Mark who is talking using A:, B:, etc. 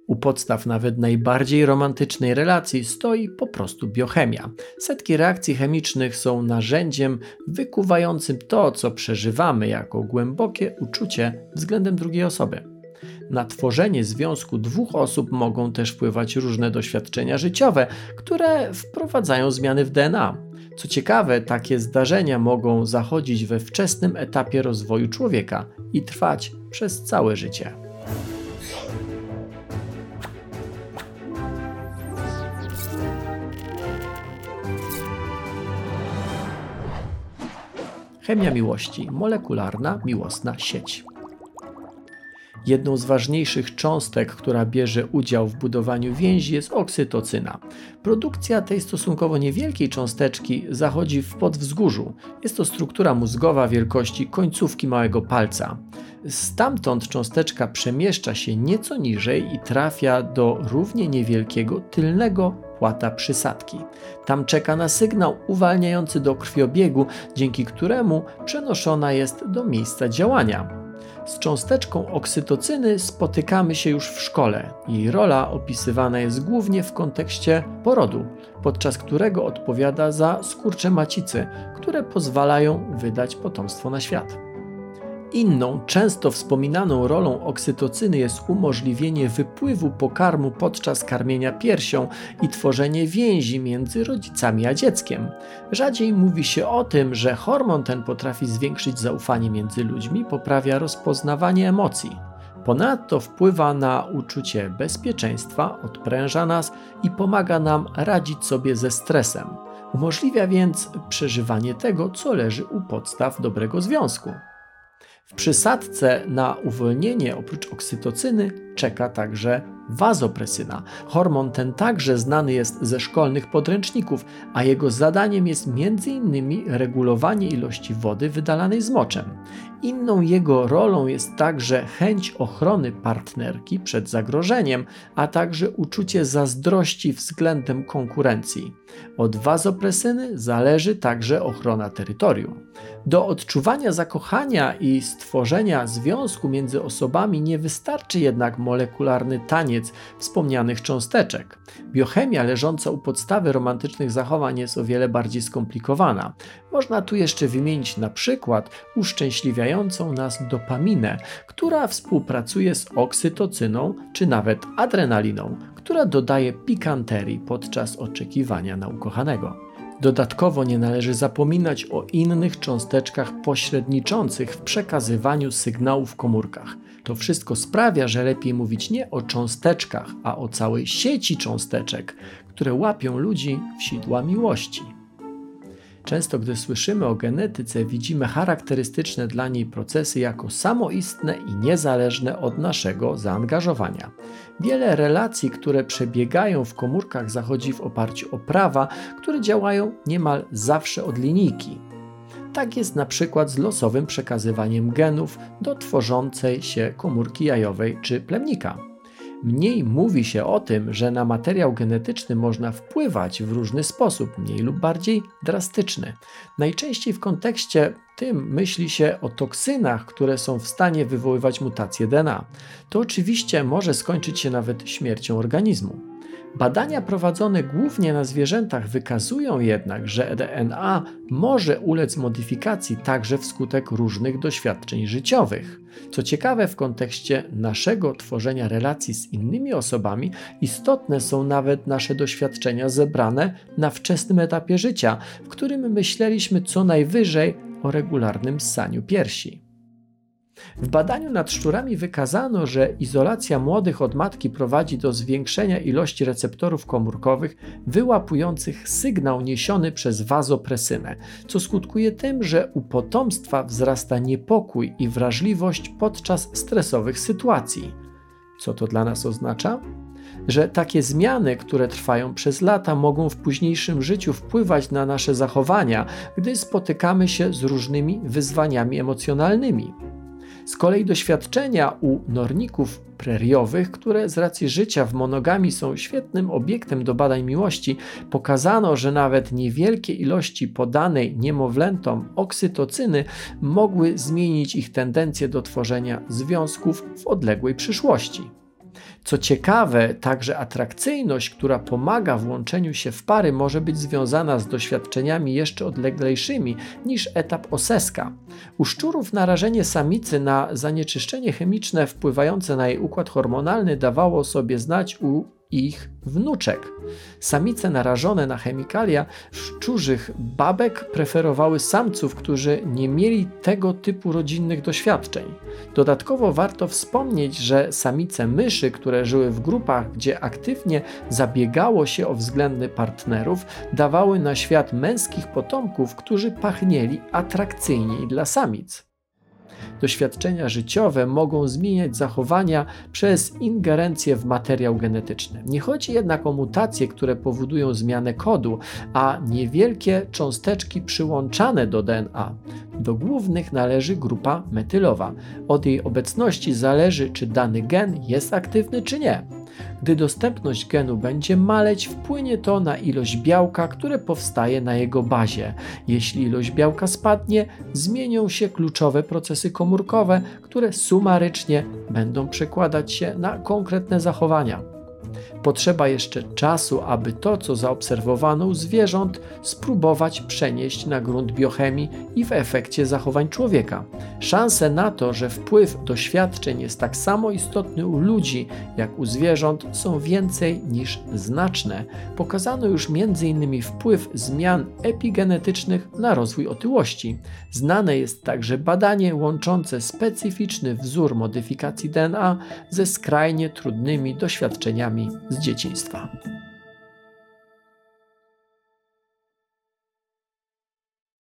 A: U podstaw nawet najbardziej romantycznej relacji stoi po prostu biochemia. Setki reakcji chemicznych są narzędziem wykuwającym to, co przeżywamy jako głębokie uczucie względem drugiej osoby. Na tworzenie związku dwóch osób mogą też wpływać różne doświadczenia życiowe, które wprowadzają zmiany w DNA. Co ciekawe, takie zdarzenia mogą zachodzić we wczesnym etapie rozwoju człowieka i trwać przez całe życie. Chemia miłości, molekularna, miłosna sieć. Jedną z ważniejszych cząstek, która bierze udział w budowaniu więzi, jest oksytocyna. Produkcja tej stosunkowo niewielkiej cząsteczki zachodzi w podwzgórzu. Jest to struktura mózgowa wielkości końcówki małego palca. Stamtąd cząsteczka przemieszcza się nieco niżej i trafia do równie niewielkiego tylnego płata przysadki. Tam czeka na sygnał uwalniający do krwiobiegu, dzięki któremu przenoszona jest do miejsca działania. Z cząsteczką oksytocyny spotykamy się już w szkole. Jej rola opisywana jest głównie w kontekście porodu, podczas którego odpowiada za skurcze macicy, które pozwalają wydać potomstwo na świat. Inną, często wspominaną rolą oksytocyny jest umożliwienie wypływu pokarmu podczas karmienia piersią i tworzenie więzi między rodzicami a dzieckiem. Rzadziej mówi się o tym, że hormon ten potrafi zwiększyć zaufanie między ludźmi, poprawia rozpoznawanie emocji. Ponadto wpływa na uczucie bezpieczeństwa, odpręża nas i pomaga nam radzić sobie ze stresem. Umożliwia więc przeżywanie tego, co leży u podstaw dobrego związku. W przysadce na uwolnienie oprócz oksytocyny czeka także wazopresyna. Hormon ten także znany jest ze szkolnych podręczników, a jego zadaniem jest m.in. regulowanie ilości wody wydalanej z moczem. Inną jego rolą jest także chęć ochrony partnerki przed zagrożeniem, a także uczucie zazdrości względem konkurencji. Od wazopresyny zależy także ochrona terytorium. Do odczuwania zakochania i stworzenia związku między osobami nie wystarczy jednak molekularny taniec wspomnianych cząsteczek. Biochemia leżąca u podstawy romantycznych zachowań jest o wiele bardziej skomplikowana. Można tu jeszcze wymienić na przykład uszczęśliwiającą nas dopaminę, która współpracuje z oksytocyną czy nawet adrenaliną, która dodaje pikanterii podczas oczekiwania na ukochanego. Dodatkowo nie należy zapominać o innych cząsteczkach pośredniczących w przekazywaniu sygnałów w komórkach. To wszystko sprawia, że lepiej mówić nie o cząsteczkach, a o całej sieci cząsteczek, które łapią ludzi w sidła miłości. Często, gdy słyszymy o genetyce, widzimy charakterystyczne dla niej procesy jako samoistne i niezależne od naszego zaangażowania. Wiele relacji, które przebiegają w komórkach, zachodzi w oparciu o prawa, które działają niemal zawsze od linijki. Tak jest na przykład z losowym przekazywaniem genów do tworzącej się komórki jajowej czy plemnika. Mniej mówi się o tym, że na materiał genetyczny można wpływać w różny sposób, mniej lub bardziej drastyczny. Najczęściej w kontekście tym myśli się o toksynach, które są w stanie wywoływać mutacje DNA. To oczywiście może skończyć się nawet śmiercią organizmu. Badania prowadzone głównie na zwierzętach wykazują jednak, że DNA może ulec modyfikacji także wskutek różnych doświadczeń życiowych. Co ciekawe, w kontekście naszego tworzenia relacji z innymi osobami istotne są nawet nasze doświadczenia zebrane na wczesnym etapie życia, w którym myśleliśmy co najwyżej o regularnym ssaniu piersi. W badaniu nad szczurami wykazano, że izolacja młodych od matki prowadzi do zwiększenia ilości receptorów komórkowych wyłapujących sygnał niesiony przez wazopresynę, co skutkuje tym, że u potomstwa wzrasta niepokój i wrażliwość podczas stresowych sytuacji. Co to dla nas oznacza? Że takie zmiany, które trwają przez lata, mogą w późniejszym życiu wpływać na nasze zachowania, gdy spotykamy się z różnymi wyzwaniami emocjonalnymi. Z kolei doświadczenia u norników preriowych, które z racji życia w monogamii są świetnym obiektem do badań miłości, pokazano, że nawet niewielkie ilości podanej niemowlętom oksytocyny mogły zmienić ich tendencję do tworzenia związków w odległej przyszłości. Co ciekawe, także atrakcyjność, która pomaga w łączeniu się w pary, może być związana z doświadczeniami jeszcze odleglejszymi niż etap oseska. U szczurów narażenie samicy na zanieczyszczenie chemiczne wpływające na jej układ hormonalny dawało sobie znać u ich wnuczek. Samice narażone na chemikalia szczurzych babek preferowały samców, którzy nie mieli tego typu rodzinnych doświadczeń. Dodatkowo warto wspomnieć, że samice myszy, które żyły w grupach, gdzie aktywnie zabiegało się o względy partnerów, dawały na świat męskich potomków, którzy pachnieli atrakcyjniej dla samic. Doświadczenia życiowe mogą zmieniać zachowania przez ingerencję w materiał genetyczny. Nie chodzi jednak o mutacje, które powodują zmianę kodu, a niewielkie cząsteczki przyłączane do DNA. Do głównych należy grupa metylowa. Od jej obecności zależy, czy dany gen jest aktywny, czy nie. Gdy dostępność genu będzie maleć, wpłynie to na ilość białka, które powstaje na jego bazie. Jeśli ilość białka spadnie, zmienią się kluczowe procesy komórkowe, które sumarycznie będą przekładać się na konkretne zachowania. Potrzeba jeszcze czasu, aby to, co zaobserwowano u zwierząt, spróbować przenieść na grunt biochemii i w efekcie zachowań człowieka. Szanse na to, że wpływ doświadczeń jest tak samo istotny u ludzi jak u zwierząt, są więcej niż znaczne. Pokazano już m.in. wpływ zmian epigenetycznych na rozwój otyłości. Znane jest także badanie łączące specyficzny wzór modyfikacji DNA ze skrajnie trudnymi doświadczeniami z dzieciństwa.